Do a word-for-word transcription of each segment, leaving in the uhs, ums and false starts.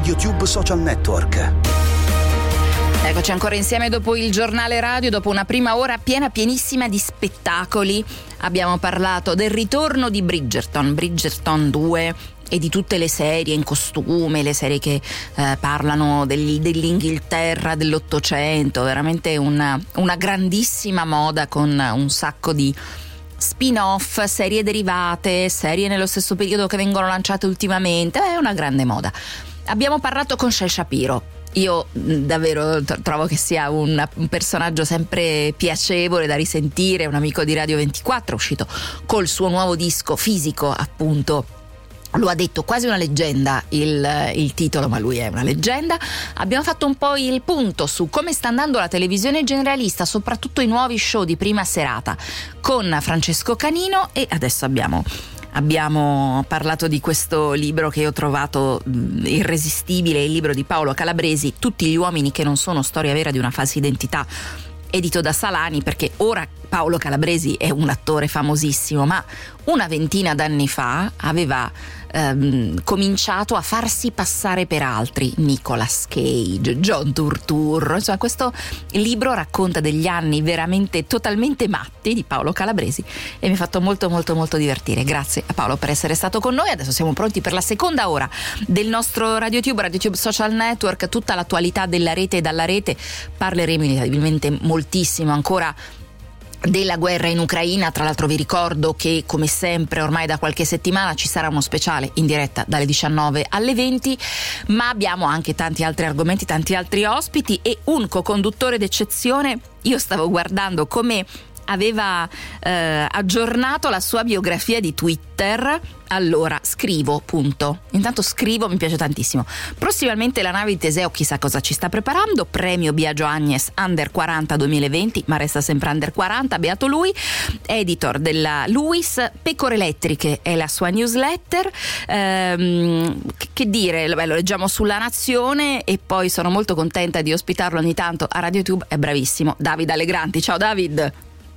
RadioTube Social Network. Eccoci ancora insieme dopo il giornale radio, dopo una prima ora piena pienissima di spettacoli. Abbiamo parlato del ritorno di Bridgerton, Bridgerton due, e di tutte le serie in costume, le serie che eh, parlano del, dell'Inghilterra dell'Ottocento, veramente una, una grandissima moda con un sacco di spin-off, serie derivate, serie nello stesso periodo che vengono lanciate ultimamente. È una grande moda. Abbiamo parlato con Shel Shapiro. Io davvero trovo che sia un, un personaggio sempre piacevole da risentire, un amico di Radio ventiquattro, uscito col suo nuovo disco fisico, appunto. Lo ha detto, quasi una leggenda il, il titolo, ma lui è una leggenda. Abbiamo fatto un po' il punto su come sta andando la televisione generalista, soprattutto i nuovi show di prima serata, con Francesco Canino, e adesso abbiamo Abbiamo parlato di questo libro che io ho trovato mh, irresistibile, il libro di Paolo Calabresi, Tutti gli uomini che non sono, storia vera di una falsa identità, edito da Salani, perché ora Paolo Calabresi è un attore famosissimo, ma una ventina d'anni fa aveva ehm, cominciato a farsi passare per altri, Nicolas Cage, John Turturro. Insomma, questo libro racconta degli anni veramente totalmente matti di Paolo Calabresi e mi ha fatto molto molto molto divertire. Grazie a Paolo per essere stato con noi. Adesso siamo pronti per la seconda ora del nostro RadioTube, RadioTube Social Network, tutta l'attualità della rete e dalla rete. Parleremo inevitabilmente moltissimo ancora della guerra in Ucraina. Tra l'altro vi ricordo che, come sempre, ormai da qualche settimana ci sarà uno speciale in diretta dalle diciannove alle venti, ma abbiamo anche tanti altri argomenti, tanti altri ospiti e un co-conduttore d'eccezione. Io stavo guardando come aveva eh, aggiornato la sua biografia di Twitter. Allora, scrivo, punto. Intanto scrivo, mi piace tantissimo. Prossimamente la nave di Teseo, chissà cosa ci sta preparando. Premio Biagio Agnes Under quaranta duemilaventi, ma resta sempre Under quaranta, beato lui. Editor della Lewis. Pecore Elettriche è la sua newsletter. Ehm, che dire, beh, lo leggiamo sulla Nazione, e poi sono molto contenta di ospitarlo ogni tanto a RadioTube. È bravissimo, David Allegranti. Ciao David.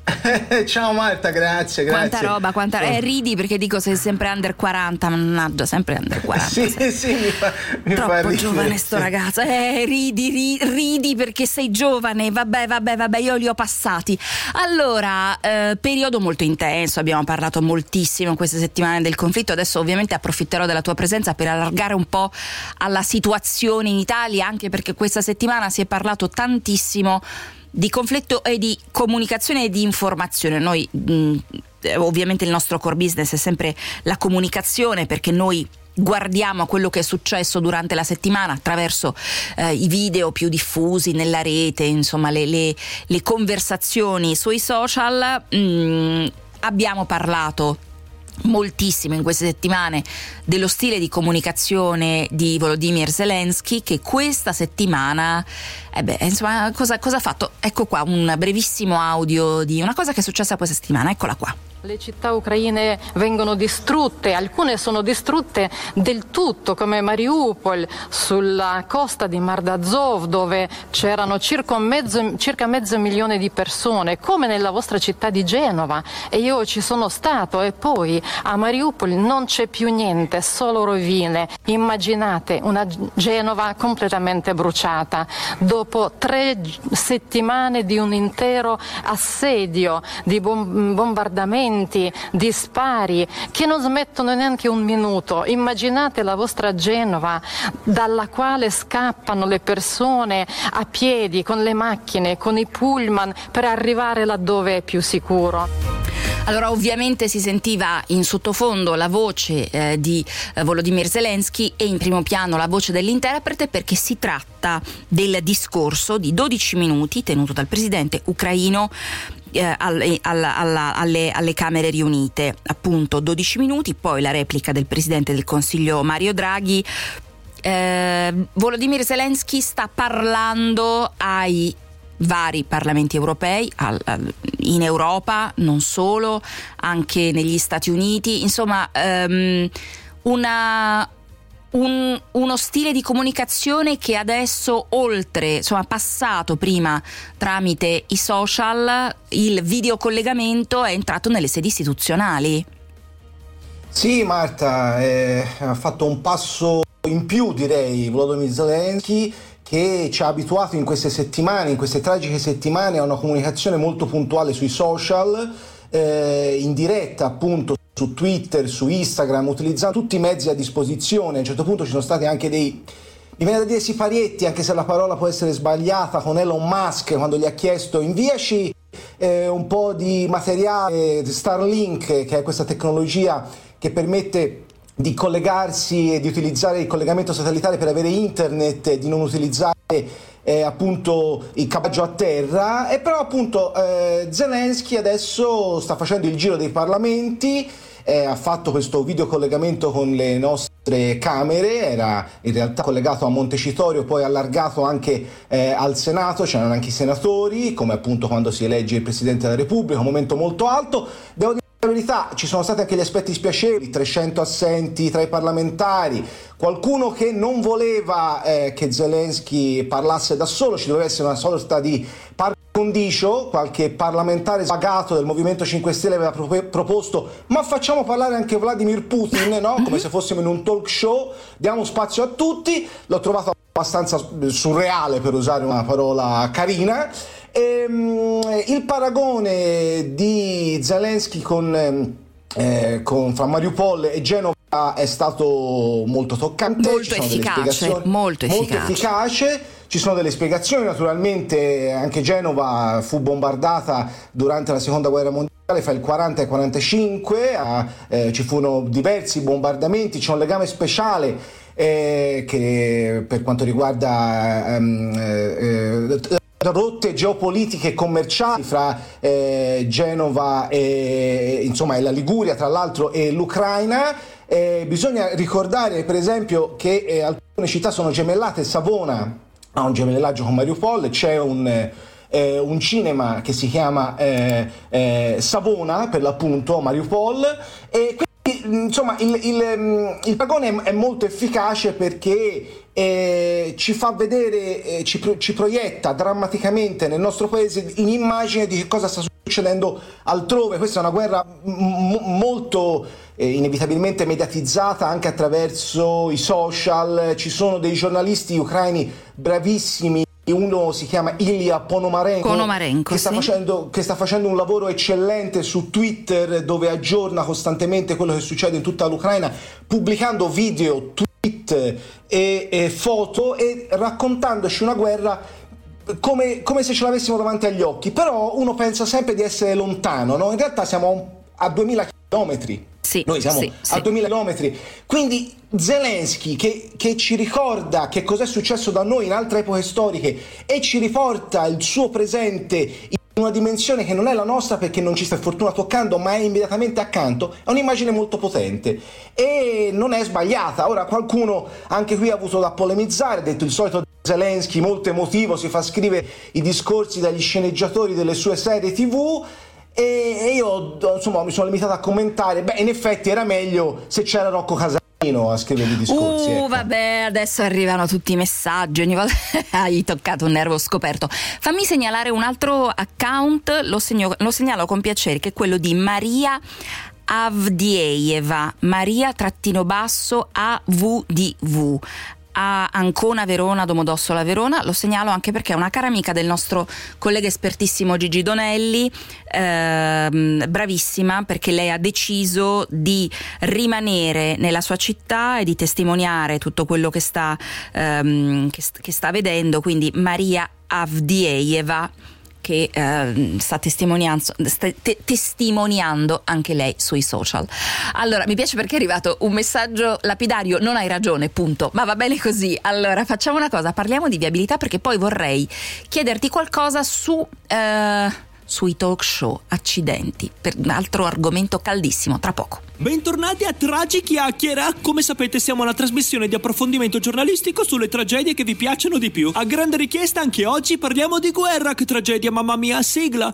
Ciao Marta, grazie, grazie. Quanta roba, quanta roba. Eh, ridi perché dico sei sempre under quaranta, mannaggia, sempre under quaranta. Sì, sei. sì, mi fa mi Troppo fa ridere. giovane sto ragazzo. Eh, ridi, ridi, ridi perché sei giovane. Vabbè, vabbè, vabbè, io li ho passati. Allora, eh, periodo molto intenso, abbiamo parlato moltissimo in queste settimane del conflitto. Adesso ovviamente approfitterò della tua presenza per allargare un po' alla situazione in Italia, anche perché questa settimana si è parlato tantissimo di conflitto e di comunicazione e di informazione. Noi mh, ovviamente il nostro core business è sempre la comunicazione, perché noi guardiamo a quello che è successo durante la settimana attraverso eh, i video più diffusi nella rete, insomma le, le, le conversazioni sui social. Mh, abbiamo parlato moltissimo in queste settimane dello stile di comunicazione di Volodymyr Zelensky, che questa settimana eh beh, insomma, cosa, cosa ha fatto? Ecco qua un brevissimo audio di una cosa che è successa questa settimana, eccola qua. Le città ucraine vengono distrutte, alcune sono distrutte del tutto, come Mariupol, sulla costa di Mar d'Azov, dove c'erano circa mezzo, circa mezzo milione di persone, come nella vostra città di Genova. E io ci sono stato, e poi a Mariupol non c'è più niente, solo rovine. Immaginate una Genova completamente bruciata, dopo tre settimane di un intero assedio, di bom- bombardamenti, di spari che non smettono neanche un minuto. Immaginate la vostra Genova, dalla quale scappano le persone a piedi, con le macchine, con i pullman, per arrivare laddove è più sicuro. Allora, ovviamente si sentiva in sottofondo la voce eh, di eh, Volodymyr Zelensky e in primo piano la voce dell'interprete, perché si tratta del discorso di dodici minuti tenuto dal presidente ucraino Eh, alle, alla, alla, alle, alle Camere riunite, appunto dodici minuti, poi la replica del presidente del Consiglio Mario Draghi. eh, Volodymyr Zelensky sta parlando ai vari parlamenti europei, al, al, in Europa, non solo, anche negli Stati Uniti, insomma um, una Un, uno stile di comunicazione che adesso, oltre, insomma, passato prima tramite i social, il videocollegamento è entrato nelle sedi istituzionali. Sì, Marta, eh, ha fatto un passo in più, direi, Volodymyr Zelensky, che ci ha abituato in queste settimane, in queste tragiche settimane, a una comunicazione molto puntuale sui social, eh, in diretta appunto su Twitter, su Instagram, utilizzando tutti i mezzi a disposizione. A un certo punto ci sono stati anche dei, mi viene da dire siparietti, anche se la parola può essere sbagliata, con Elon Musk, quando gli ha chiesto inviaci eh, un po' di materiale Starlink, che è questa tecnologia che permette di collegarsi e di utilizzare il collegamento satellitare per avere internet, di non utilizzare eh, appunto il cablaggio a terra. E però appunto eh, Zelensky adesso sta facendo il giro dei parlamenti, eh, ha fatto questo videocollegamento con le nostre camere, era in realtà collegato a Montecitorio, poi allargato anche eh, al Senato, c'erano anche i senatori, come appunto quando si elegge il Presidente della Repubblica, un momento molto alto. Devo dire la verità, ci sono stati anche gli aspetti spiacevoli, trecento assenti tra i parlamentari, qualcuno che non voleva eh, che Zelensky parlasse da solo, ci doveva essere una sorta di par condicio, qualche parlamentare svagato del Movimento cinque Stelle aveva pro proposto ma facciamo parlare anche Vladimir Putin, no? Come se fossimo in un talk show, diamo spazio a tutti. L'ho trovato abbastanza surreale, per usare una parola carina. Ehm, il paragone di Zelensky con, eh, con fra Mariupol e Genova è stato molto toccante, molto efficace, molto, molto efficace. efficace. Ci sono delle spiegazioni, naturalmente anche Genova fu bombardata durante la seconda guerra mondiale fra il quaranta e il quarantacinque, a, eh, ci furono diversi bombardamenti, c'è un legame speciale eh, che per quanto riguarda ehm, eh, rotte geopolitiche e commerciali fra eh, Genova e, insomma, e la Liguria, tra l'altro, e l'Ucraina. Eh, bisogna ricordare per esempio che eh, alcune città sono gemellate. Savona ha un gemellaggio con Mariupol, c'è un, eh, un cinema che si chiama eh, eh, Savona, per l'appunto, Mariupol, e quindi insomma il, il, il paragone è molto efficace perché eh, ci fa vedere, eh, ci, ci proietta drammaticamente nel nostro paese un'immagine di che cosa sta succedendo altrove. Questa è una guerra molto eh, inevitabilmente mediatizzata anche attraverso i social. Ci sono dei giornalisti ucraini bravissimi, uno si chiama Ilya Ponomarenko, Ponomarenko che, sta sì. facendo, che sta facendo un lavoro eccellente su Twitter, dove aggiorna costantemente quello che succede in tutta l'Ucraina, pubblicando video, tweet e, e foto, e raccontandoci una guerra come, come se ce l'avessimo davanti agli occhi. Però uno pensa sempre di essere lontano, no? In realtà siamo a duemila chilometri. Sì, Noi siamo sì, a sì. duemila chilometri. Quindi Zelensky che, che ci ricorda che cos'è successo da noi in altre epoche storiche e ci riporta il suo presente in una dimensione che non è la nostra, perché non ci sta fortuna toccando, ma è immediatamente accanto, è un'immagine molto potente e non è sbagliata. Ora qualcuno anche qui ha avuto da polemizzare, ha detto il solito Zelensky molto emotivo, si fa scrivere i discorsi dagli sceneggiatori delle sue serie tv. E io insomma mi sono limitato a commentare, beh, in effetti era meglio se c'era Rocco Casalino a scrivere i discorsi. Uh, ecco. vabbè, adesso arrivano tutti i messaggi, ogni volta hai toccato un nervo scoperto. Fammi segnalare un altro account, lo, segno, lo segnalo con piacere, che è quello di Maria Avdiejeva, Maria trattino basso A V D V. A Ancona Verona, Domodossola Verona. Lo segnalo anche perché è una cara amica del nostro collega espertissimo Gigi Donelli, ehm, bravissima, perché lei ha deciso di rimanere nella sua città e di testimoniare tutto quello che sta, ehm, che, che sta vedendo. Quindi Maria Avdiejeva, che eh, sta testimoniando, sta te- testimoniando anche lei sui social. Allora, mi piace perché è arrivato un messaggio lapidario: non hai ragione, punto, ma va bene così. Allora, facciamo una cosa, parliamo di viabilità, perché poi vorrei chiederti qualcosa su eh, sui talk show. Accidenti, per un altro argomento caldissimo, tra poco. Bentornati a Tragi Chiacchiera. Come sapete, siamo una trasmissione di approfondimento giornalistico sulle tragedie che vi piacciono di più. A grande richiesta anche oggi parliamo di guerra. Che tragedia, mamma mia, sigla.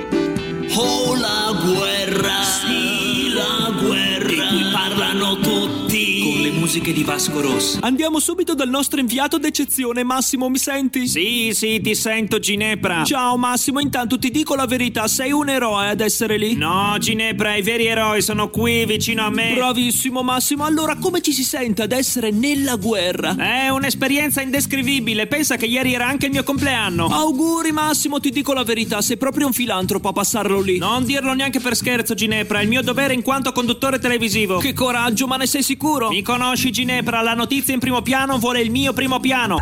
Oh, la guerra, sì, la guerra, di cui parlano tutti, con le musiche di Vasco Rossi. Andiamo subito dal nostro inviato d'eccezione. Massimo, mi senti? Sì, sì, ti sento, Ginepra. Ciao Massimo, intanto ti dico la verità, sei un eroe ad essere lì? No, Ginepra, i veri eroi sono qui vicino a me. Bravissimo Massimo, allora come ci si sente ad essere nella guerra? È un'esperienza indescrivibile, pensa che ieri era anche il mio compleanno. Auguri Massimo, ti dico la verità, sei proprio un filantropo a passarlo lì. Non dirlo neanche per scherzo, Ginepra, è il mio dovere in quanto conduttore televisivo. Che coraggio, ma ne sei sicuro? Mi conosci, Ginepra, la notizia in primo piano vuole il mio primo piano.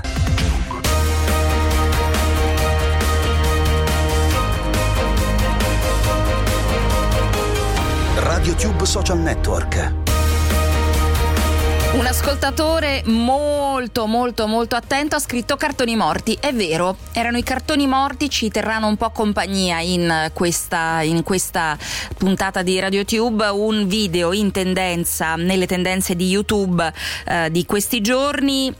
RadioTube Social Network. Un ascoltatore molto molto molto attento ha scritto cartoni morti. È vero, erano i cartoni morti, ci terranno un po' compagnia in questa, in questa puntata di RadioTube. Un video in tendenza nelle tendenze di YouTube eh, di questi giorni,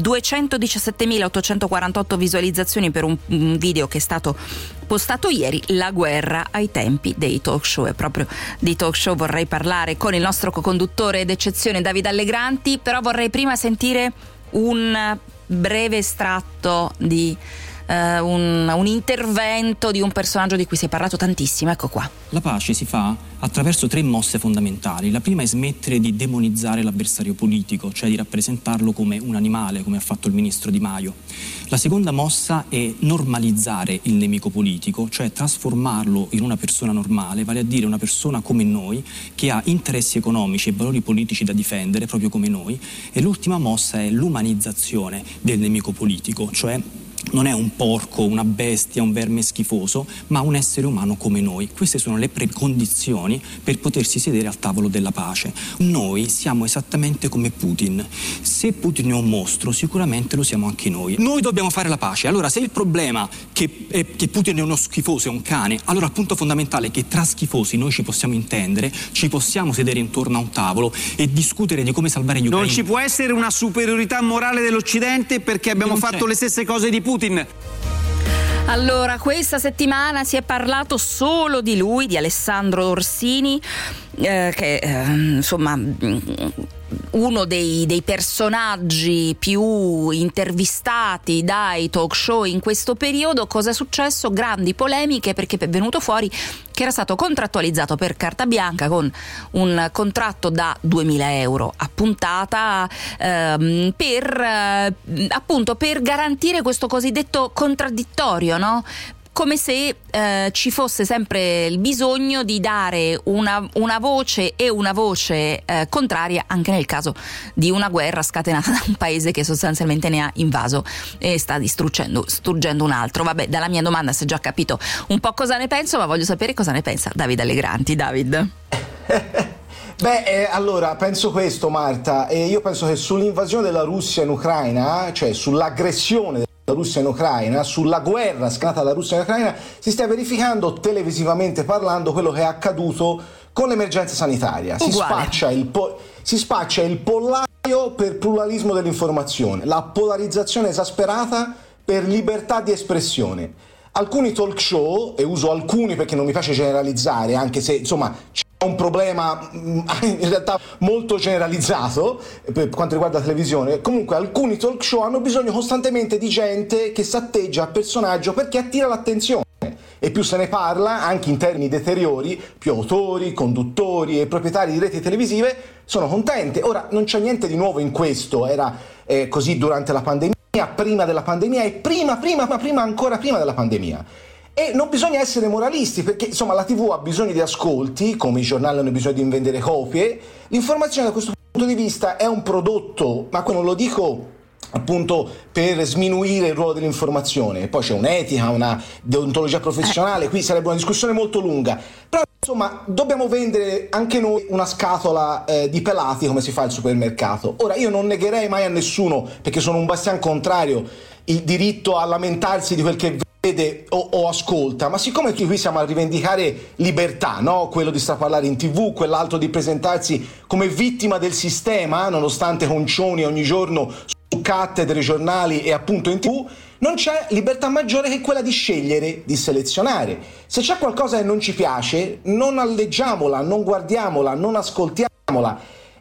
duecentodiciassettemilaottocentoquarantotto visualizzazioni per un, un video che è stato postato ieri, la guerra ai tempi dei talk show. E proprio di talk show vorrei parlare con il nostro co-conduttore d'eccezione Davide Allegranti, però vorrei prima sentire un breve estratto di uh, un, un intervento di un personaggio di cui si è parlato tantissimo. Ecco qua. La pace si fa attraverso tre mosse fondamentali. La prima è smettere di demonizzare l'avversario politico, cioè di rappresentarlo come un animale, come ha fatto il ministro Di Maio. La seconda mossa è normalizzare il nemico politico, cioè trasformarlo in una persona normale, vale a dire una persona come noi, che ha interessi economici e valori politici da difendere, proprio come noi. E l'ultima mossa è l'umanizzazione del nemico politico, cioè non è un porco, una bestia, un verme schifoso, ma un essere umano come noi. Queste sono le precondizioni per potersi sedere al tavolo della pace. Noi siamo esattamente come Putin. Se Putin è un mostro, sicuramente lo siamo anche noi. Noi dobbiamo fare la pace. Allora, se il problema che, è che Putin è uno schifoso, è un cane, allora il punto fondamentale è che tra schifosi noi ci possiamo intendere, ci possiamo sedere intorno a un tavolo e discutere di come salvare gli ucraini. Non ci può essere una superiorità morale dell'Occidente perché abbiamo fatto c'è. le stesse cose di Putin. Allora, questa settimana si è parlato solo di lui, di Alessandro Orsini, eh, che eh, insomma uno dei, dei personaggi più intervistati dai talk show in questo periodo. Cosa è successo? Grandi polemiche, perché è venuto fuori che era stato contrattualizzato per carta bianca con un contratto da duemila euro a puntata ehm, per eh, appunto per garantire questo cosiddetto contraddittorio, no? Come se eh, ci fosse sempre il bisogno di dare una, una voce e una voce eh, contraria anche nel caso di una guerra scatenata da un paese che sostanzialmente ne ha invaso e sta distruggendo, distruggendo un altro. Vabbè, dalla mia domanda si è già capito un po' cosa ne penso, ma voglio sapere cosa ne pensa Davide Allegranti. David. Beh, eh, allora, penso questo, Marta, e io penso che sull'invasione della Russia in Ucraina, cioè sull'aggressione la Russia in Ucraina, sulla guerra scatenata dalla Russia in Ucraina, si stia verificando televisivamente parlando quello che è accaduto con l'emergenza sanitaria. Si spaccia, il po- si spaccia il pollaio per pluralismo dell'informazione, la polarizzazione esasperata per libertà di espressione. Alcuni talk show, e uso alcuni perché non mi piace generalizzare, anche se insomma c'è un problema in realtà molto generalizzato per quanto riguarda la televisione, comunque alcuni talk show hanno bisogno costantemente di gente che s'atteggia a personaggio perché attira l'attenzione, e più se ne parla anche in termini deteriori, più autori, conduttori e proprietari di reti televisive sono contenti. Ora, non c'è niente di nuovo in questo, era eh, così durante la pandemia, prima della pandemia e prima, prima, ma prima ancora prima della pandemia. E non bisogna essere moralisti, perché insomma la tivù ha bisogno di ascolti, come i giornali hanno bisogno di vendere copie. L'informazione da questo punto di vista è un prodotto, ma non lo dico appunto per sminuire il ruolo dell'informazione, poi c'è un'etica, una deontologia professionale, qui sarebbe una discussione molto lunga, però insomma dobbiamo vendere anche noi una scatola eh, di pelati come si fa al supermercato. Ora, io non negherei mai a nessuno, perché sono un bastian contrario, il diritto a lamentarsi di quel che vede o, o ascolta, ma siccome qui siamo a rivendicare libertà, no? Quello di straparlare in tv, quell'altro di presentarsi come vittima del sistema, nonostante concioni ogni giorno su cattedre, giornali e appunto in tv, non c'è libertà maggiore che quella di scegliere, di selezionare. Se c'è qualcosa che non ci piace, non alleggiamola, non guardiamola, non ascoltiamola.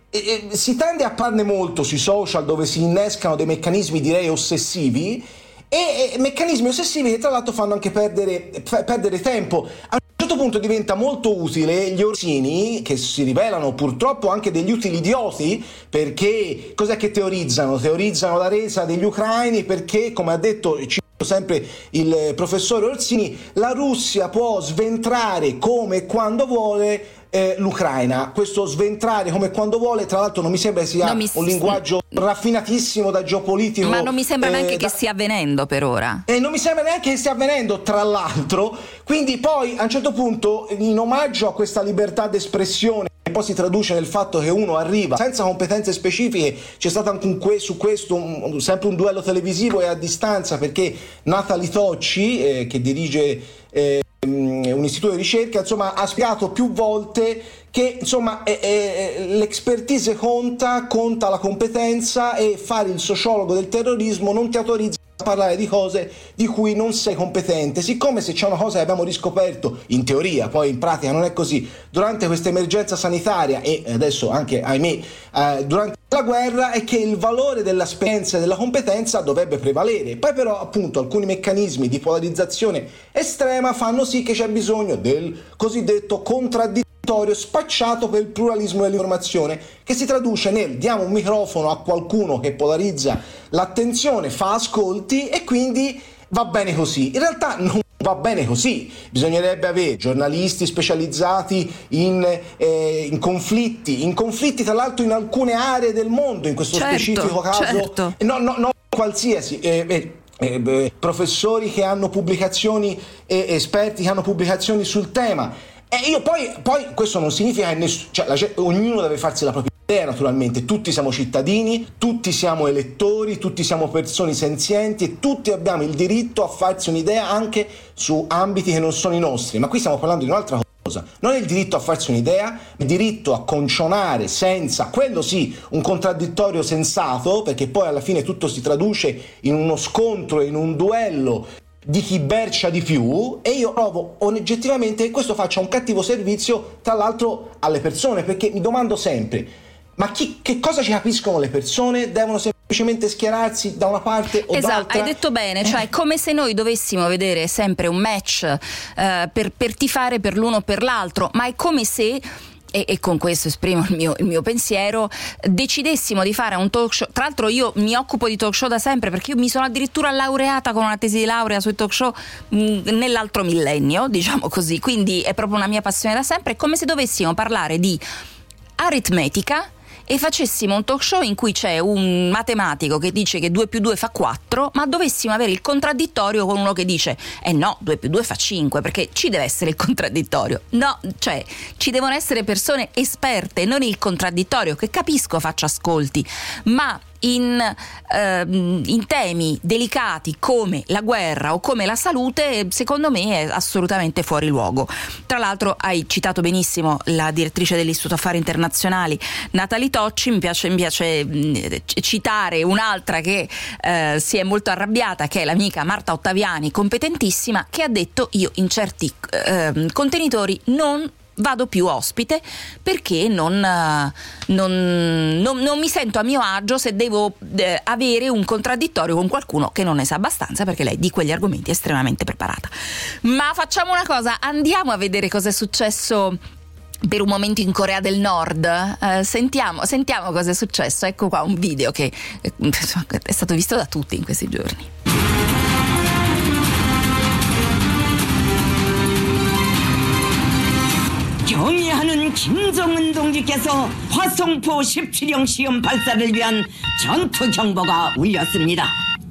eh, si tende a parlarne molto sui social, dove si innescano dei meccanismi, direi, ossessivi, e, e meccanismi ossessivi che tra l'altro fanno anche perdere, f- perdere tempo. A un certo punto diventa molto utile gli orsini, che si rivelano purtroppo anche degli utili idioti, perché cos'è che teorizzano? Teorizzano la resa degli ucraini perché, come ha detto sempre il professore Orsini, la Russia può sventrare come e quando vuole eh, l'Ucraina. Questo sventrare come e quando vuole, tra l'altro, non mi sembra sia mi un linguaggio raffinatissimo da geopolitico, ma non mi sembra eh, neanche da... che stia avvenendo per ora, e non mi sembra neanche che stia avvenendo, tra l'altro. Quindi poi a un certo punto, in omaggio a questa libertà d'espressione, che poi si traduce nel fatto che uno arriva senza competenze specifiche, c'è stato anche un que- su questo un, sempre un duello televisivo e a distanza, perché Natali Tocci, eh, che dirige eh, un istituto di ricerca, insomma, ha spiegato più volte che, insomma, eh, eh, l'expertise conta, conta la competenza, e fare il sociologo del terrorismo non ti autorizza a parlare di cose di cui non sei competente. Siccome se c'è una cosa che abbiamo riscoperto, in teoria, poi in pratica non è così, durante questa emergenza sanitaria, e adesso anche, ahimè, eh, durante la guerra, è che il valore dell'esperienza e della competenza dovrebbe prevalere. Poi però, appunto, alcuni meccanismi di polarizzazione estrema fanno sì che c'è bisogno del cosiddetto contraddittorio spacciato per il pluralismo dell'informazione, che si traduce nel diamo un microfono a qualcuno che polarizza l'attenzione, fa ascolti, e quindi va bene così. In realtà non va bene così, bisognerebbe avere giornalisti specializzati in, eh, in conflitti, in conflitti tra l'altro in alcune aree del mondo, in questo certo, specifico caso, certo. no, no, no qualsiasi, eh, eh, eh, eh, professori che hanno pubblicazioni, eh, esperti che hanno pubblicazioni sul tema. E io poi, poi questo non significa che nessuno, cioè, la, ognuno deve farsi la propria idea, naturalmente. Tutti siamo cittadini, tutti siamo elettori, tutti siamo persone senzienti, e tutti abbiamo il diritto a farsi un'idea anche su ambiti che non sono i nostri. Ma qui stiamo parlando di un'altra cosa. Non è il diritto a farsi un'idea, ma il diritto a concionare senza, quello sì, un contraddittorio sensato, perché poi alla fine tutto si traduce in uno scontro, in un duello di chi bercia di più. E io trovo oggettivamente che questo faccia un cattivo servizio, tra l'altro, alle persone, perché mi domando sempre: ma chi, che cosa ci capiscono le persone? Devono semplicemente schierarsi da una parte o esatto, dall'altra? Hai detto bene, cioè è come se noi dovessimo vedere sempre un match eh, per, per tifare per l'uno o per l'altro, ma è come se, e, e con questo esprimo il mio, il mio pensiero, decidessimo di fare un talk show. Tra l'altro io mi occupo di talk show da sempre, perché io mi sono addirittura laureata con una tesi di laurea sui talk show mh, nell'altro millennio, diciamo così, quindi è proprio una mia passione da sempre. È come se dovessimo parlare di aritmetica e facessimo un talk show in cui c'è un matematico che dice che due più due fa quattro, ma dovessimo avere il contraddittorio con uno che dice eh no, due più due fa cinque, perché ci deve essere il contraddittorio. No, cioè ci devono essere persone esperte, non il contraddittorio, che capisco faccia ascolti, ma in, eh, in temi delicati come la guerra o come la salute, secondo me è assolutamente fuori luogo. Tra l'altro hai citato benissimo la direttrice dell'Istituto Affari Internazionali, Natali Tocci. Mi piace, mi piace mh, citare un'altra che eh, si è molto arrabbiata, che è l'amica Marta Ottaviani, competentissima, che ha detto: io in certi eh, contenitori non vado più ospite perché non, non, non, non mi sento a mio agio se devo eh, avere un contraddittorio con qualcuno che non ne sa abbastanza, perché lei di quegli argomenti è estremamente preparata. Ma facciamo una cosa, andiamo a vedere cosa è successo per un momento in Corea del Nord. Eh, sentiamo, sentiamo cosa è successo. Ecco qua un video che eh, è stato visto da tutti in questi giorni. 경의하는 김정은 동지께서 화성포 십칠형 시험 발사를 위한 전투 경보가 울렸습니다.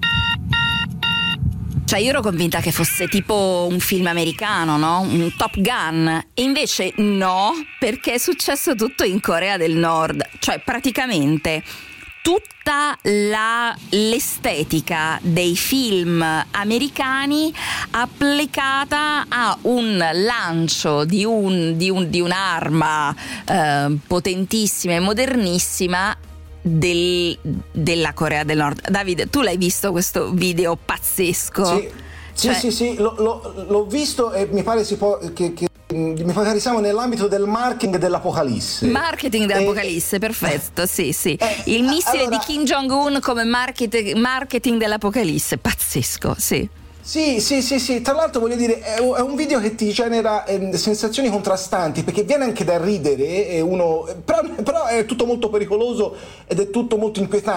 Cioè io ero convinta che fosse tipo un film americano, no? Un Top Gun, e invece no, perché è successo tutto in Corea del Nord. Cioè praticamente tutta la, l'estetica dei film americani applicata a un lancio di, un, di, un, di un'arma eh, potentissima e modernissima del, della Corea del Nord. Davide, tu l'hai visto questo video pazzesco? Sì, cioè... sì, sì, sì, lo, lo, l'ho visto, e mi pare si può, che, che mi pare siamo nell'ambito del marketing dell'Apocalisse. Marketing dell'Apocalisse, eh, perfetto, sì, sì. Eh, Il missile allora, di Kim Jong-un come market, marketing dell'Apocalisse, pazzesco, sì. Sì, sì, sì, sì, tra l'altro voglio dire, è un video che ti genera eh, sensazioni contrastanti, perché viene anche da ridere, e uno, però, però è tutto molto pericoloso ed è tutto molto inquietante,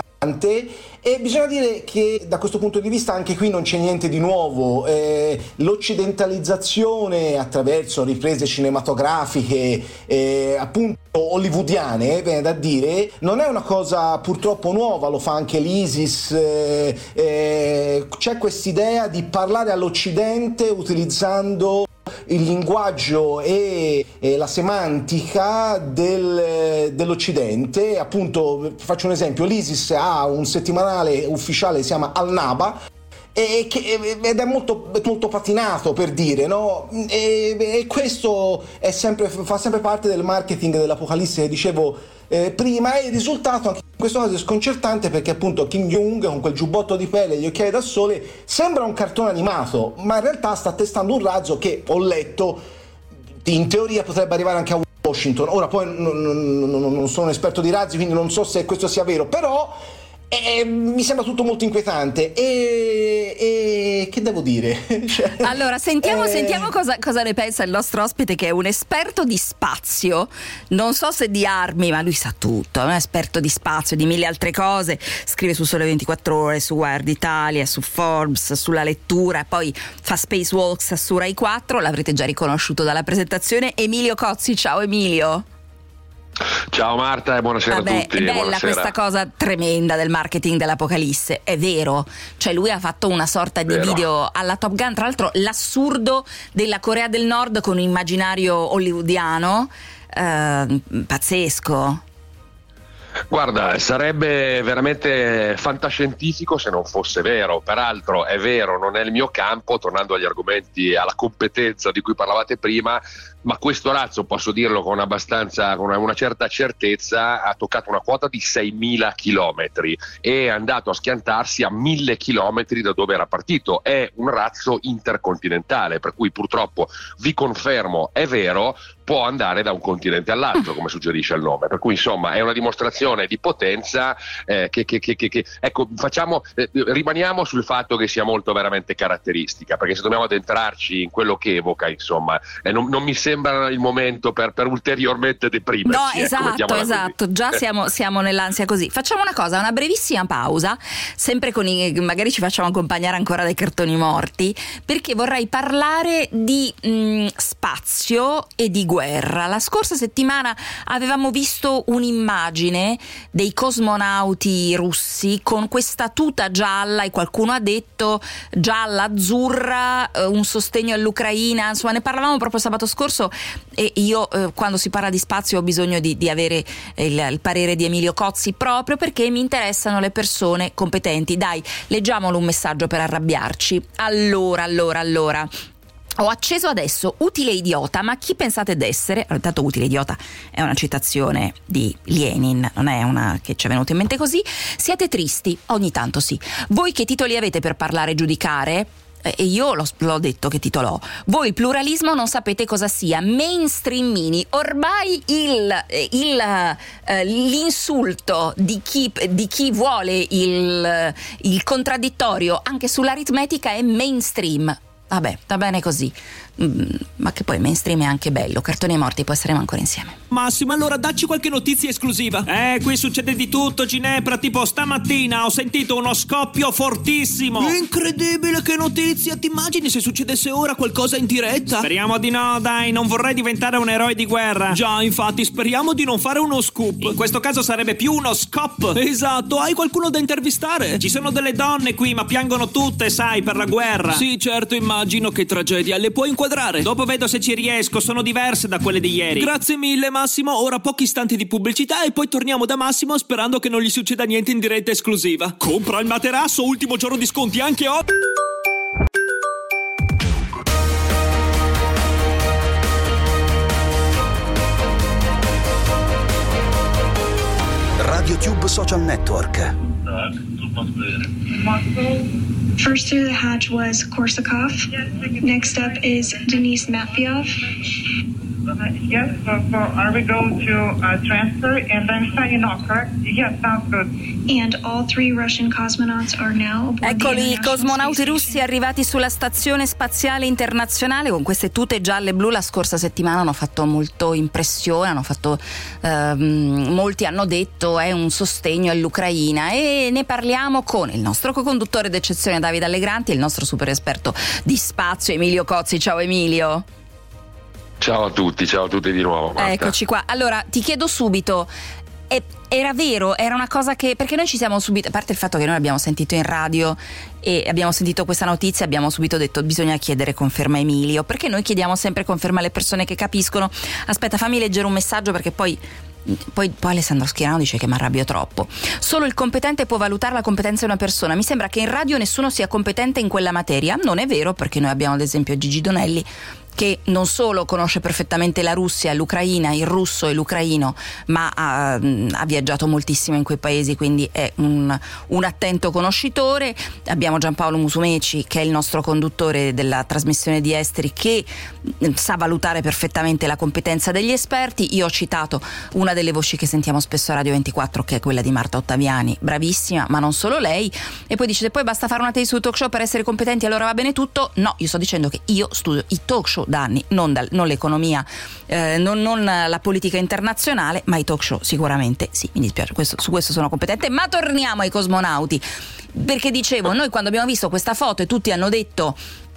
e bisogna dire che da questo punto di vista anche qui non c'è niente di nuovo. Eh, l'occidentalizzazione attraverso riprese cinematografiche eh, appunto hollywoodiane, viene da dire, non è una cosa purtroppo nuova, lo fa anche l'ISIS, eh, eh, c'è quest'idea di parlare all'Occidente utilizzando il linguaggio e, e la semantica del, dell'Occidente. Appunto, faccio un esempio, l'ISIS ha un settimanale ufficiale, si chiama Al-Naba, e che, ed è molto, molto patinato, per dire, no? E, e questo è sempre, fa sempre parte del marketing dell'Apocalisse che dicevo eh, prima, e il risultato anche in questo caso è sconcertante, perché appunto Kim Jong con quel giubbotto di pelle e gli occhiali da sole sembra un cartone animato, ma in realtà sta testando un razzo che, ho letto, in teoria potrebbe arrivare anche a Washington. Ora poi non, non, non sono un esperto di razzi, quindi non so se questo sia vero, però E, mi sembra tutto molto inquietante, e, e che devo dire? Cioè, allora sentiamo, eh... sentiamo cosa, cosa ne pensa il nostro ospite, che è un esperto di spazio, non so se di armi, ma lui sa tutto, è un esperto di spazio, di mille altre cose, scrive su Sole ventiquattro Ore, su Wired Italia, su Forbes, sulla lettura, poi fa Spacewalks su Rai quattro, l'avrete già riconosciuto dalla presentazione. Emilio Cozzi, ciao Emilio. Ciao Marta e buonasera Vabbè, a tutti. È bella buonasera. Questa cosa tremenda del marketing dell'Apocalisse, è vero, cioè lui ha fatto una sorta di Vero. video alla Top Gun, tra l'altro l'assurdo della Corea del Nord con un immaginario hollywoodiano, eh, pazzesco. Guarda, sarebbe veramente fantascientifico se non fosse vero. Peraltro è vero, non è il mio campo, tornando agli argomenti, alla competenza di cui parlavate prima, ma questo razzo, posso dirlo con abbastanza, con una certa certezza, ha toccato una quota di seimila chilometri e è andato a schiantarsi a mille chilometri da dove era partito. È un razzo intercontinentale, per cui purtroppo vi confermo, è vero, può andare da un continente all'altro, come suggerisce il nome. Per cui insomma è una dimostrazione di potenza eh, che, che, che, che, che ecco, facciamo, eh, rimaniamo sul fatto che sia molto veramente caratteristica, perché se dobbiamo addentrarci in quello che evoca, insomma, eh, non, non mi sembra il momento per, per ulteriormente deprimerci. No, esatto, ecco, esatto, già siamo, siamo nell'ansia così. Facciamo una cosa, una brevissima pausa, sempre con i, magari ci facciamo accompagnare ancora dai cartoni morti, perché vorrei parlare di mh, spazio e di guerra. La scorsa settimana avevamo visto un'immagine dei cosmonauti russi con questa tuta gialla, e qualcuno ha detto gialla, azzurra, eh, un sostegno all'Ucraina, insomma ne parlavamo proprio sabato scorso, e io eh, quando si parla di spazio ho bisogno di, di avere il, il parere di Emilio Cozzi, proprio perché mi interessano le persone competenti. Dai, leggiamolo un messaggio per arrabbiarci. Allora, allora, allora ho acceso adesso Utile Idiota, ma chi pensate d'essere? Allora, intanto Utile Idiota è una citazione di Lenin, non è una che ci è venuta in mente così. Siete tristi? Ogni tanto sì. Voi che titoli avete per parlare e giudicare? E io l'ho, l'ho detto che titolo ho. Voi il pluralismo non sapete cosa sia. Mainstream mini. Ormai il, il, eh, l'insulto di chi, di chi vuole il, il contraddittorio anche sull'aritmetica è mainstream. Vabbè, va bene così. Mm, ma che poi mainstream è anche bello. Cartoni morti, poi saremo ancora insieme. Massimo, allora dacci qualche notizia esclusiva. Eh, qui succede di tutto, Ginepra. Tipo stamattina ho sentito uno scoppio fortissimo. Incredibile, che notizia. Ti immagini se succedesse ora qualcosa in diretta? Speriamo di no, dai, non vorrei diventare un eroe di guerra. Già, infatti, speriamo di non fare uno scoop. In questo caso sarebbe più uno scop. Esatto, hai qualcuno da intervistare? Ci sono delle donne qui, ma piangono tutte, sai, per la guerra. Sì, certo, immagino, che tragedia. Le puoi inquadrare? Dopo vedo se ci riesco, sono diverse da quelle di ieri. Grazie mille Massimo, ora pochi istanti di pubblicità e poi torniamo da Massimo sperando che non gli succeda niente in diretta esclusiva. Compra il materasso, ultimo giorno di sconti anche oggi. RadioTube Social Network. Tak, to pan First through the hatch was Korsakov. Next up is Denis Matveyev. Uh, yes, so, so are we going to uh, transfer and then sign off, correct? Yes, sounds good. And all three Russian cosmonauts are now aboard. Eccoli i cosmonauti russi arrivati sulla Stazione Spaziale Internazionale con queste tute gialle e blu. La scorsa settimana hanno fatto molto impressione, hanno fatto ehm, molti hanno detto è un sostegno all'Ucraina, e ne parliamo con il nostro co-conduttore d'eccezione Davide Allegranti e il nostro super esperto di spazio Emilio Cozzi. Ciao Emilio. Ciao a tutti, ciao a tutti di nuovo, Marta. Eccoci qua. Allora, ti chiedo subito, eh, era vero, era una cosa che, perché noi ci siamo subito, a parte il fatto che noi abbiamo sentito in radio e abbiamo sentito questa notizia, abbiamo subito detto bisogna chiedere conferma a Emilio, perché noi chiediamo sempre conferma alle persone che capiscono. Aspetta, fammi leggere un messaggio perché poi Poi, poi Alessandro Schirano dice che mi arrabbio troppo. Solo il competente può valutare la competenza di una persona. Mi sembra che in radio nessuno sia competente in quella materia. Non è vero, perché noi abbiamo ad esempio Gigi Donelli, che non solo conosce perfettamente la Russia, l'Ucraina, il russo e l'ucraino, ma ha, ha viaggiato moltissimo in quei paesi, quindi è un, un attento conoscitore. Abbiamo Giampaolo Musumeci, che è il nostro conduttore della trasmissione di Esteri, che sa valutare perfettamente la competenza degli esperti. Io ho citato una delle voci che sentiamo spesso a Radio ventiquattro, che è quella di Marta Ottaviani, bravissima, ma non solo lei. E poi dice, se poi basta fare una tesi su talk show per essere competenti allora va bene tutto. No, io sto dicendo che io studio i talk show da anni, non, dal, non l'economia, eh, non, non la politica internazionale, ma i talk show sicuramente sì, mi dispiace, questo, su questo sono competente. Ma torniamo ai cosmonauti, perché dicevo, noi quando abbiamo visto questa foto e tutti hanno detto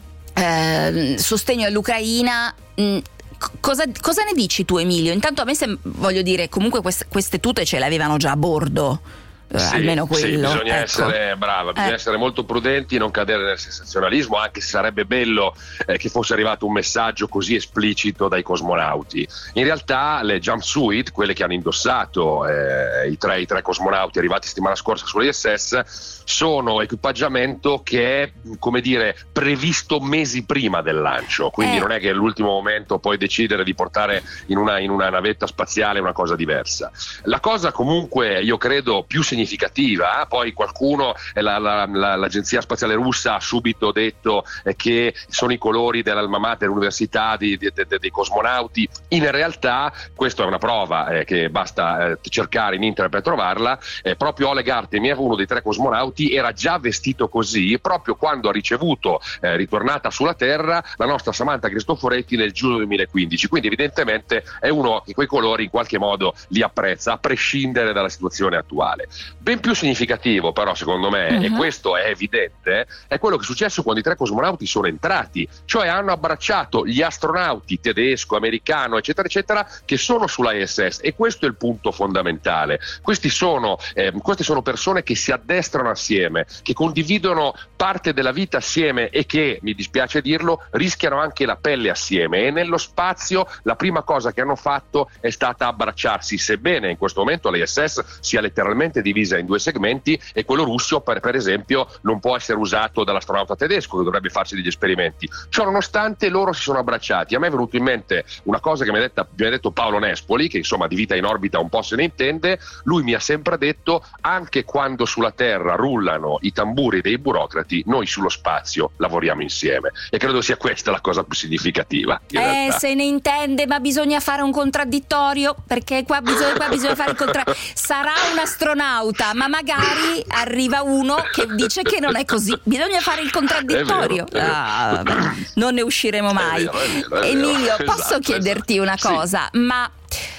eh, sostegno all'Ucraina, mh, Cosa, cosa ne dici tu Emilio? Intanto a me sem- voglio dire, comunque queste, queste tute ce le avevano già a bordo. Sì, almeno quello. Sì, bisogna ecco. essere brava, bisogna eh. essere molto prudenti, non cadere nel sensazionalismo, anche se sarebbe bello eh, che fosse arrivato un messaggio così esplicito dai cosmonauti. In realtà le jumpsuit, quelle che hanno indossato eh, i, tre, i tre cosmonauti arrivati settimana scorsa sull'I S S, sono equipaggiamento che è, come dire, previsto mesi prima del lancio, quindi eh. non è che all'ultimo momento puoi decidere di portare in una, in una navetta spaziale una cosa diversa. La cosa comunque, io credo, più significativa, poi qualcuno, la, la, la, l'agenzia spaziale russa ha subito detto eh, che sono i colori dell'alma mater dell'università di, di, di, dei cosmonauti. In realtà questa è una prova eh, che basta eh, cercare in internet per trovarla. eh, proprio Oleg Artemiev, uno dei tre cosmonauti, era già vestito così proprio quando ha ricevuto, eh, ritornata sulla Terra, la nostra Samantha Cristoforetti nel giugno duemilaquindici, quindi evidentemente è uno che quei colori in qualche modo li apprezza, a prescindere dalla situazione attuale. Ben più significativo però secondo me, uh-huh. e questo è evidente, è quello che è successo quando i tre cosmonauti sono entrati, cioè hanno abbracciato gli astronauti tedesco, americano, eccetera eccetera, che sono sulla I S S, e questo è il punto fondamentale. Questi sono, eh, queste sono persone che si addestrano assieme, che condividono parte della vita assieme e che, mi dispiace dirlo, rischiano anche la pelle assieme, e nello spazio la prima cosa che hanno fatto è stata abbracciarsi, sebbene in questo momento l'I S S sia letteralmente divisa in due segmenti e quello russo per, per esempio non può essere usato dall'astronauta tedesco che dovrebbe farci degli esperimenti. Ciò nonostante loro si sono abbracciati. A me è venuto in mente una cosa che mi ha detto, mi ha detto Paolo Nespoli, che insomma di vita in orbita un po' se ne intende. Lui mi ha sempre detto, anche quando sulla Terra rullano i tamburi dei burocrati, noi sullo spazio lavoriamo insieme, e credo sia questa la cosa più significativa. Eh, realtà. Se ne intende, ma bisogna fare un contraddittorio, perché qua bisogna, qua bisogna fare il contrario. Sarà un astronauta, ma magari arriva uno che dice che non è così. Bisogna fare il contraddittorio. È vero, è vero. Ah, vabbè, non ne usciremo mai. È vero, è vero, è Emilio, vero. posso Esatto, chiederti esatto. una Sì. cosa? Ma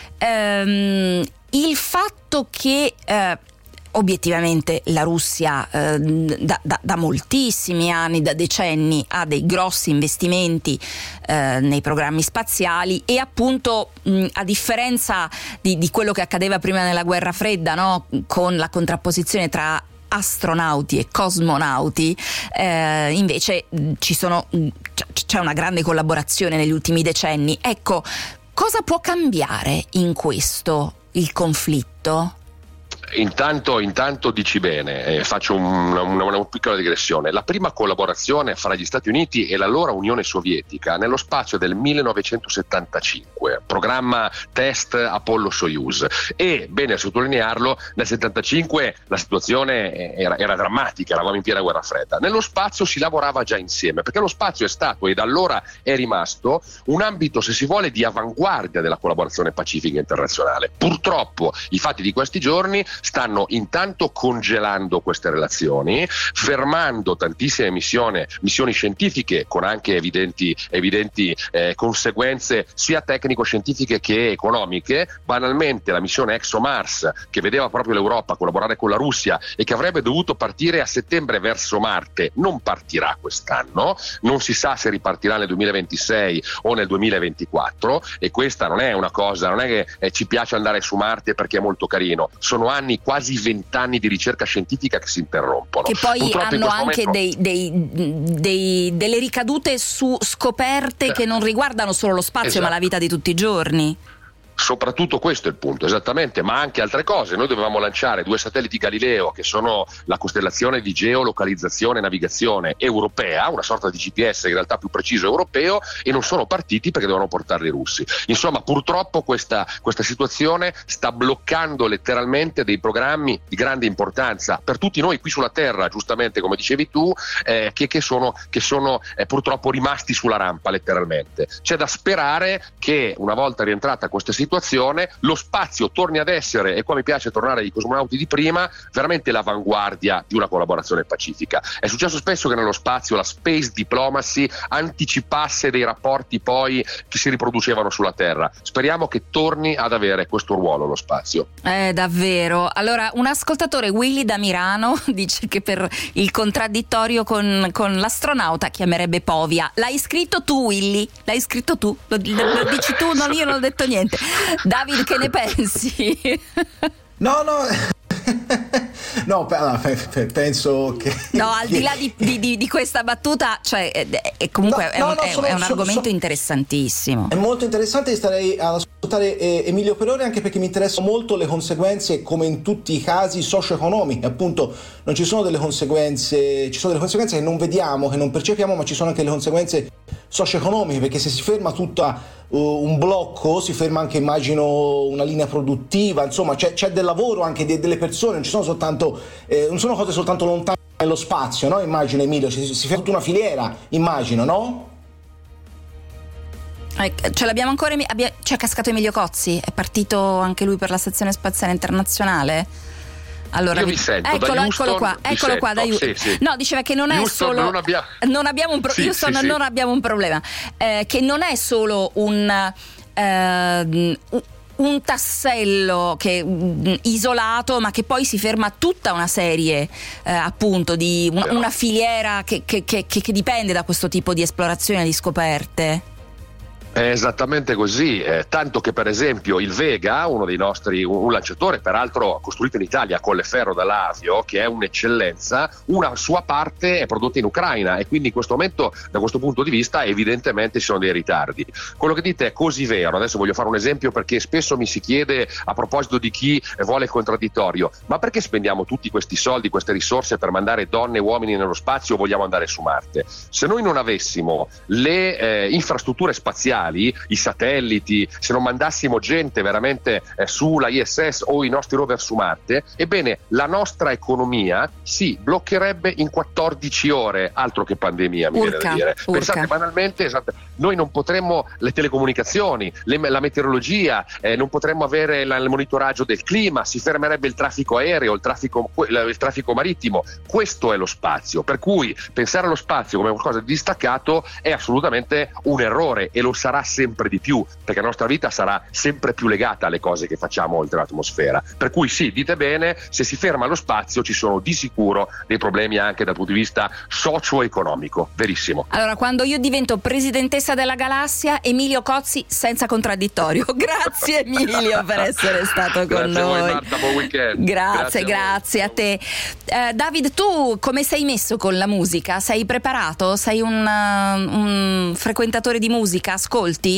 ehm, il fatto che eh, obiettivamente la Russia eh, da, da, da moltissimi anni, da decenni, ha dei grossi investimenti eh, nei programmi spaziali, e appunto mh, a differenza di, di quello che accadeva prima nella guerra fredda, no? Con la contrapposizione tra astronauti e cosmonauti, eh, invece mh, ci sono mh, c'è una grande collaborazione negli ultimi decenni. Ecco, cosa può cambiare in questo il conflitto? Intanto, intanto dici bene, eh, faccio un, una, una piccola digressione. La prima collaborazione fra gli Stati Uniti e l'allora Unione Sovietica nello spazio del millenovecentosettantacinque, programma test Apollo-Soyuz, e bene sottolinearlo, nel settantacinque la situazione era, era drammatica, eravamo in piena guerra fredda. Nello spazio si lavorava già insieme, perché lo spazio è stato e da allora è rimasto un ambito, se si vuole, di avanguardia della collaborazione pacifica internazionale. Purtroppo i fatti di questi giorni stanno intanto congelando queste relazioni, fermando tantissime missioni, missioni scientifiche con anche evidenti, evidenti eh, conseguenze sia tecnico-scientifiche che economiche. Banalmente la missione ExoMars, che vedeva proprio l'Europa collaborare con la Russia e che avrebbe dovuto partire a settembre verso Marte, non partirà quest'anno, non si sa se ripartirà nel duemilaventisei o nel duemilaventiquattro, e questa non è una cosa, non è che eh, ci piace andare su Marte perché è molto carino, sono anni, quasi vent'anni di ricerca scientifica che si interrompono. Che poi Purtroppo hanno anche momento... dei, dei, dei, delle ricadute su scoperte eh. che non riguardano solo lo spazio, esatto, ma la vita di tutti i giorni. Soprattutto questo è il punto, esattamente, ma anche altre cose. Noi dovevamo lanciare due satelliti Galileo, che sono la costellazione di geolocalizzazione e navigazione europea, una sorta di G P S in realtà più preciso europeo, e non sono partiti perché dovevano portarli i russi. Insomma, purtroppo questa, questa situazione sta bloccando letteralmente dei programmi di grande importanza per tutti noi qui sulla Terra, giustamente come dicevi tu, eh, che, che sono, che sono eh, purtroppo rimasti sulla rampa letteralmente. C'è da sperare che una volta rientrata questa situazione lo spazio torni ad essere, e qua mi piace tornare ai cosmonauti di prima, veramente l'avanguardia di una collaborazione pacifica. È successo spesso che nello spazio la space diplomacy anticipasse dei rapporti poi che si riproducevano sulla Terra. Speriamo che torni ad avere questo ruolo lo spazio. Eh, davvero. Allora, un ascoltatore, Willy da Milano, dice che per il contraddittorio con, con l'astronauta chiamerebbe Povia. L'hai scritto tu, Willy? L'hai scritto tu? Lo, lo, lo dici tu? Non, io non ho detto niente. David, che ne pensi? No, no. No, penso che no, al di là di, di, di questa battuta, cioè è, è comunque no, è un, no, no, sono, è un argomento sono, interessantissimo. È molto interessante, starei ad ascoltare eh, Emilio Perore, anche perché mi interessano molto le conseguenze, come in tutti i casi, socio-economiche. Appunto, non ci sono delle conseguenze, ci sono delle conseguenze che non vediamo, che non percepiamo, ma ci sono anche le conseguenze socio-economiche, perché se si ferma tutta uh, un blocco, si ferma anche, immagino, una linea produttiva, insomma c'è, c'è del lavoro anche de, delle persone, non ci sono soltanto eh, non sono cose soltanto lontane nello spazio, no? Immagino, Emilio, si, si ferma tutta una filiera, immagino, no? Eh, ce l'abbiamo ancora, abbia, c'è cascato Emilio Cozzi, è partito anche lui per la Stazione Spaziale Internazionale. Allora, io vi sento, eccolo, da eccolo qua, eccolo qua, da sì, sì. No, diceva che non Houston, è solo non abbiamo, non abbiamo un pro- sì, Houston, sì, non sì. abbiamo un problema, eh, che non è solo un eh, un tassello che mh, isolato, ma che poi si ferma tutta una serie eh, appunto di una, una filiera che, che, che, che dipende da questo tipo di esplorazione e di scoperte. È esattamente così, eh, tanto che per esempio il Vega, uno dei nostri, un, un lanciatore peraltro costruito in Italia a Colleferro dall'Avio, che è un'eccellenza, una sua parte è prodotta in Ucraina, e quindi in questo momento, da questo punto di vista, evidentemente ci sono dei ritardi. Quello che dite è così vero. Adesso voglio fare un esempio, perché spesso mi si chiede, a proposito di chi vuole il contraddittorio, ma perché spendiamo tutti questi soldi, queste risorse per mandare donne e uomini nello spazio, o vogliamo andare su Marte? Se noi non avessimo le eh, infrastrutture spaziali, i satelliti, se non mandassimo gente veramente eh, sulla I S S o i nostri rover su Marte, ebbene la nostra economia si bloccherebbe in quattordici ore, altro che pandemia, mi urca, viene da dire. urca. Pensate banalmente, esatto, noi non potremmo le telecomunicazioni, le, la meteorologia, eh, non potremmo avere la, il monitoraggio del clima, si fermerebbe il traffico aereo, il traffico, il traffico marittimo. Questo è lo spazio, per cui pensare allo spazio come qualcosa di distaccato è assolutamente un errore, e lo sarà sempre di più, perché la nostra vita sarà sempre più legata alle cose che facciamo oltre l'atmosfera. Per cui sì, dite bene, se si ferma lo spazio ci sono di sicuro dei problemi anche dal punto di vista socio-economico, verissimo. Allora, quando io divento presidentessa della galassia, Emilio Cozzi senza contraddittorio. Grazie Emilio per essere stato con grazie noi. A voi, Marta, buon weekend. Grazie, grazie, grazie a, a te. Eh, David, tu come sei messo con la musica? Sei preparato? Sei un, uh, un frequentatore di musica? Ascolti? Eh,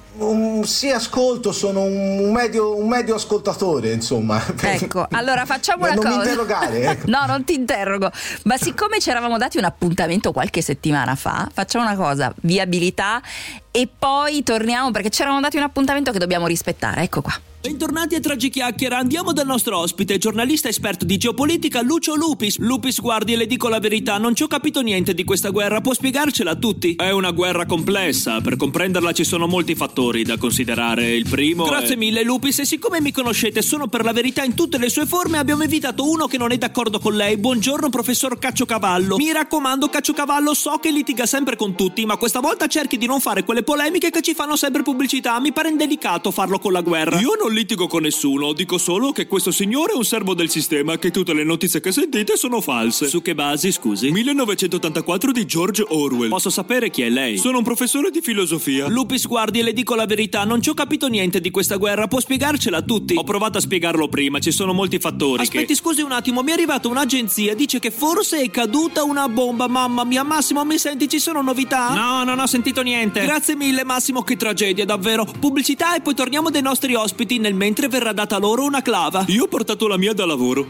Un, sì, ascolto, sono un medio, un medio ascoltatore, insomma. Ecco, allora facciamo una non cosa. Non mi interrogare, ecco. No, non ti interrogo. Ma siccome ci eravamo dati un appuntamento qualche settimana fa, facciamo una cosa, viabilità, e poi torniamo, perché ci eravamo dati un appuntamento che dobbiamo rispettare. Ecco qua. Bentornati a Tragichiacchiera, andiamo dal nostro ospite, giornalista esperto di geopolitica Lucio Lupis. Lupis, guardi, le dico la verità, non ci ho capito niente di questa guerra, può spiegarcela a tutti? È una guerra complessa, per comprenderla ci sono molti fattori da considerare. Il primo Grazie è... mille Lupis, e siccome mi conoscete, sono per la verità in tutte le sue forme, abbiamo invitato uno che non è d'accordo con lei. Buongiorno professor Caciocavallo. Mi raccomando Caciocavallo, so che litiga sempre con tutti, ma questa volta cerchi di non fare quelle polemiche che ci fanno sempre pubblicità, mi pare indelicato farlo con la guerra. Io non litigo con nessuno, dico solo che questo signore è un servo del sistema, che tutte le notizie che sentite sono false. Su che basi, scusi? millenovecentottantaquattro di George Orwell. Posso sapere chi è lei? Sono un professore di filosofia. Lupis, guardi, le dico la verità, non ci ho capito niente di questa guerra, può spiegarcela a tutti? Ho provato a spiegarlo prima, ci sono molti fattori. Aspetti, che... scusi un attimo, mi è arrivata un'agenzia, dice che forse è caduta una bomba. Mamma mia, Massimo, mi senti? Ci sono novità? No, non ho sentito niente. Grazie mille Massimo, che tragedia, davvero. Pubblicità e poi torniamo dai nostri ospiti, nel mentre verrà data loro una clava. Io ho portato la mia da lavoro.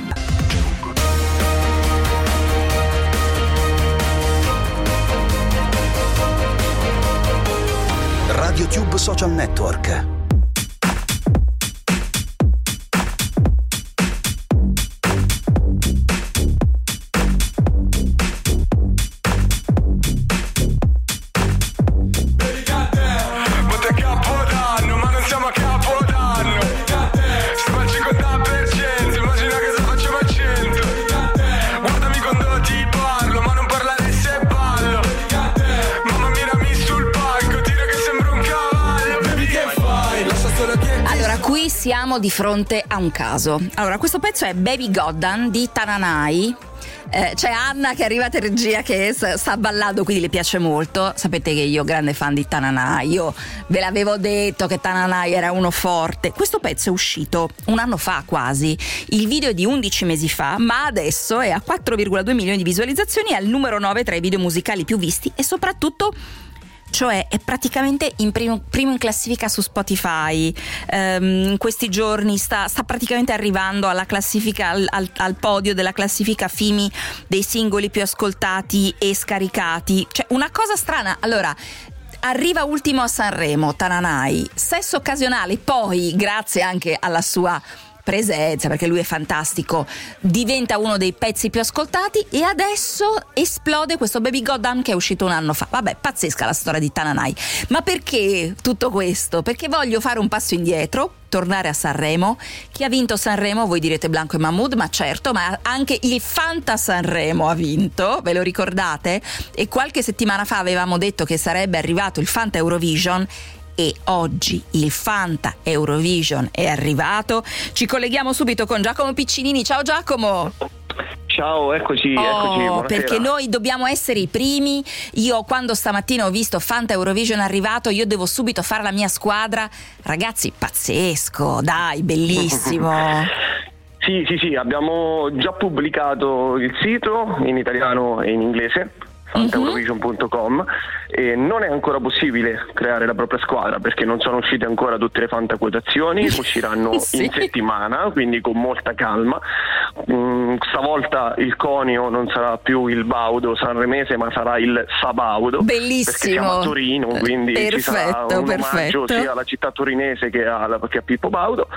RadioTube Social Network. Siamo di fronte a un caso. Allora, questo pezzo è Baby Goddam di Tananai. Eh, c'è Anna che è arrivata in regia che sta ballando, quindi le piace molto. Sapete che io grande fan di Tananai, io ve l'avevo detto che Tananai era uno forte. Questo pezzo è uscito un anno fa quasi, il video è di undici mesi fa, ma adesso è a quattro virgola due milioni di visualizzazioni, è al numero nove tra i video musicali più visti e soprattutto, cioè è praticamente in primo, primo in classifica su Spotify. Um, in questi giorni sta, sta praticamente arrivando alla classifica, al, al, al podio della classifica F I M I dei singoli più ascoltati e scaricati. Cioè una cosa strana. Allora, arriva ultimo a Sanremo Tananai, Sesso Occasionale, poi grazie anche alla sua presenza, perché lui è fantastico, diventa uno dei pezzi più ascoltati e adesso esplode questo Baby Goddam che è uscito un anno fa. Vabbè, pazzesca la storia di Tananai. Ma perché tutto questo? Perché voglio fare un passo indietro, tornare a Sanremo. Chi ha vinto Sanremo? Voi direte Blanco e Mahmood, ma certo, ma anche il Fanta Sanremo ha vinto, ve lo ricordate? E qualche settimana fa avevamo detto che sarebbe arrivato il Fanta Eurovision e oggi il Fanta Eurovision è arrivato. Ci colleghiamo subito con Giacomo Piccinini. Ciao Giacomo. Ciao, eccoci, oh, eccoci. Buonasera. Perché noi dobbiamo essere i primi. Io quando stamattina ho visto Fanta Eurovision arrivato, io devo subito fare la mia squadra. Ragazzi, pazzesco, dai, bellissimo. Sì, sì, sì, abbiamo già pubblicato il sito in italiano e in inglese, fanta eurovision punto com, e non è ancora possibile creare la propria squadra perché non sono uscite ancora tutte le Fanta quotazioni, usciranno sì. in settimana, quindi con molta calma. Mm, stavolta il conio non sarà più il Baudo sanremese, ma sarà il Sabaudo. Bellissimo. Perché siamo a Torino, quindi perfetto, ci sarà un perfetto. omaggio sia alla città torinese che a, che a Pippo Baudo.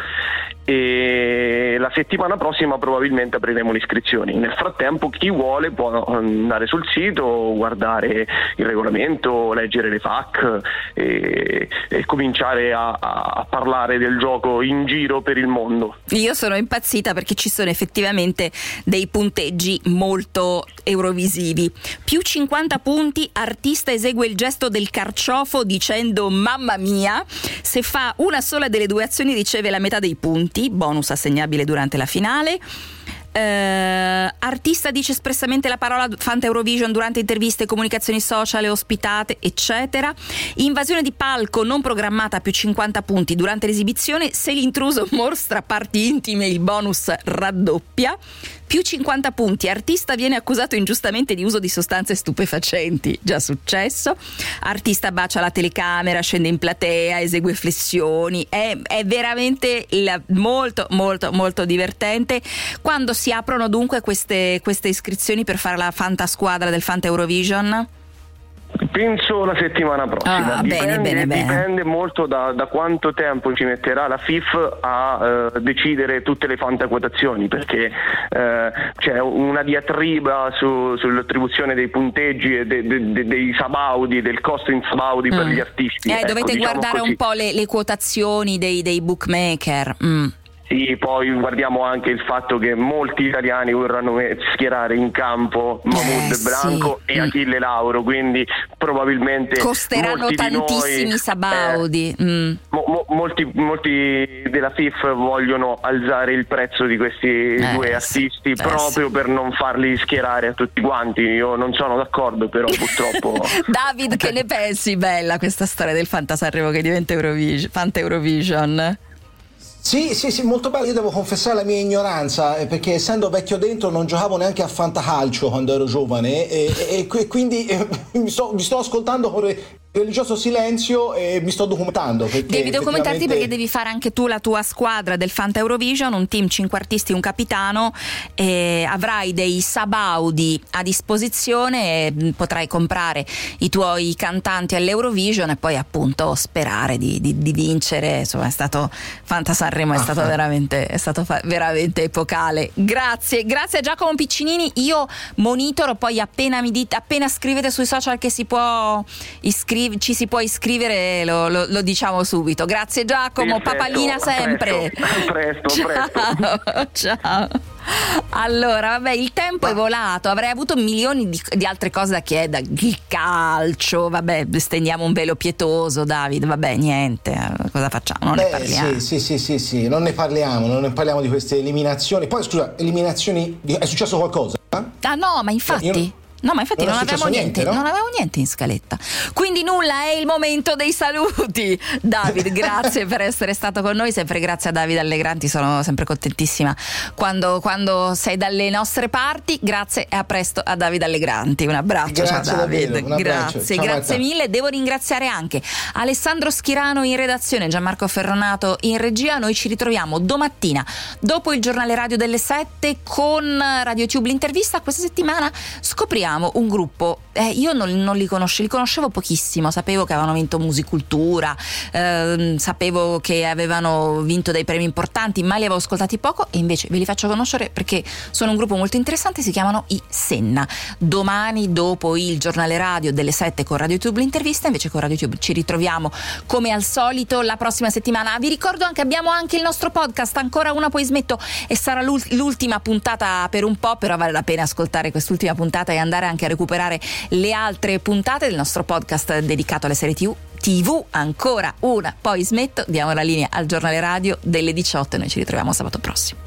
E la settimana prossima probabilmente apriremo le iscrizioni. Nel frattempo chi vuole può andare sul sito, guardare il regolamento, leggere le F A Q e, e cominciare a, a parlare del gioco in giro per il mondo. Io sono impazzita perché ci sono effettivamente dei punteggi molto eurovisivi. Più cinquanta punti, artista esegue il gesto del carciofo dicendo mamma mia. Se fa una sola delle due azioni riceve la metà dei punti, bonus assegnabile durante la finale. Eh, artista dice espressamente la parola Fanta Eurovision durante interviste, comunicazioni social e ospitate, eccetera. Invasione di palco non programmata, più cinquanta punti durante l'esibizione. Se l'intruso mostra parti intime, il bonus raddoppia. Più cinquanta punti. Artista viene accusato ingiustamente di uso di sostanze stupefacenti. Già successo. Artista bacia la telecamera, scende in platea, esegue flessioni. È, è veramente la, molto, molto, molto divertente. Quando si aprono dunque queste, queste iscrizioni per fare la Fanta Squadra del Fanta Eurovision? Penso la settimana prossima. Ah, dipende, bene, bene, bene. dipende molto da, da quanto tempo ci metterà la F I F a eh, decidere tutte le fantaquotazioni, perché eh, c'è una diatriba su, sull'attribuzione dei punteggi e de, de, de, dei sabaudi, del costo in sabaudi mm. per gli artisti. Eh, ecco, dovete diciamo guardare così. un po' le, le quotazioni dei, dei bookmaker. Mm. Sì, poi guardiamo anche il fatto che molti italiani vorranno schierare in campo Mahmood eh, Branco sì. e Achille Lauro, quindi probabilmente costeranno molti tantissimi di noi, sabaudi. Eh, mm. mo, mo, molti, molti della F I F vogliono alzare il prezzo di questi eh, due sì, artisti eh, proprio sì. per non farli schierare a tutti quanti. Io non sono d'accordo, però purtroppo. David, che ne pensi? Bella questa storia del Fanta Sanremo che diventa Eurovision, Fanta Eurovision. Sì, sì, sì, molto bello. Io devo confessare la mia ignoranza, eh, perché essendo vecchio dentro non giocavo neanche a fantacalcio quando ero giovane e, e, e quindi eh, mi, sto, mi sto ascoltando con religioso silenzio e mi sto documentando. Devi documentarti effettivamente... perché devi fare anche tu la tua squadra del Fanta Eurovision, un team, cinque artisti, un capitano, e avrai dei sabaudi a disposizione e potrai comprare i tuoi cantanti all'Eurovision e poi appunto sperare di, di, di vincere. Insomma, è stato Fanta Sanremo, è stato veramente è stato fa- veramente epocale. Grazie, grazie a Giacomo Piccinini. Io monitoro, poi appena mi dite, appena scrivete sui social che si può iscrivere, ci si può iscrivere, lo, lo, lo diciamo subito. Grazie Giacomo, Perfetto, papalina sempre. Presto, presto, ciao, presto. Ciao. Allora, vabbè, il tempo è volato, avrei avuto milioni di, di altre cose da chiedere, il calcio, vabbè, stendiamo un velo pietoso, David, vabbè, niente, cosa facciamo? Non Beh, ne parliamo. Sì, sì, sì, sì, sì, non ne parliamo, non ne parliamo di queste eliminazioni. Poi scusa, eliminazioni, è successo qualcosa? Ah no, ma infatti... Io... No, ma infatti non, non avevamo niente, niente no? non avevamo niente in scaletta. Quindi nulla, è il momento dei saluti. David, grazie per essere stato con noi, sempre grazie a Davide Allegranti, sono sempre contentissima quando, quando sei dalle nostre parti. Grazie e a presto a Davide Allegranti. Un abbraccio, grazie ciao David. Davvero, un abbraccio. Grazie, ciao, grazie Marta. mille. Devo ringraziare anche Alessandro Schirano in redazione, Gianmarco Ferronato in regia. Noi ci ritroviamo domattina dopo il giornale radio delle sette con RadioTube l'intervista. Questa settimana scopriamo un gruppo, eh, io non, non li conoscevo, li conoscevo pochissimo, sapevo che avevano vinto Musicultura, eh, sapevo che avevano vinto dei premi importanti, ma li avevo ascoltati poco e invece ve li faccio conoscere perché sono un gruppo molto interessante, si chiamano i Senna. Domani dopo il giornale radio delle sette con RadioTube l'intervista, invece con RadioTube ci ritroviamo come al solito la prossima settimana. Vi ricordo anche abbiamo anche il nostro podcast, ancora una poi smetto, e sarà l'ultima puntata per un po', però vale la pena ascoltare quest'ultima puntata e andare anche a recuperare le altre puntate del nostro podcast dedicato alle serie tivù. tivù ancora una, poi smetto, diamo la linea al giornale radio delle diciotto e noi ci ritroviamo sabato prossimo.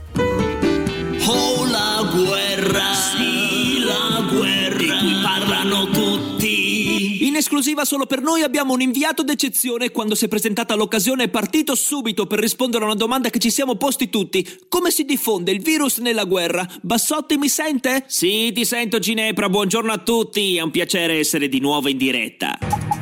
Oh, la guerra, sì, la guerra di cui parlano tutti. In esclusiva solo per noi abbiamo un inviato d'eccezione. Quando si è presentata l'occasione è partito subito per rispondere a una domanda che ci siamo posti tutti: come si diffonde il virus nella guerra? Bassotti mi sente? Sì, ti sento Ginepra, buongiorno a tutti, è un piacere essere di nuovo in diretta.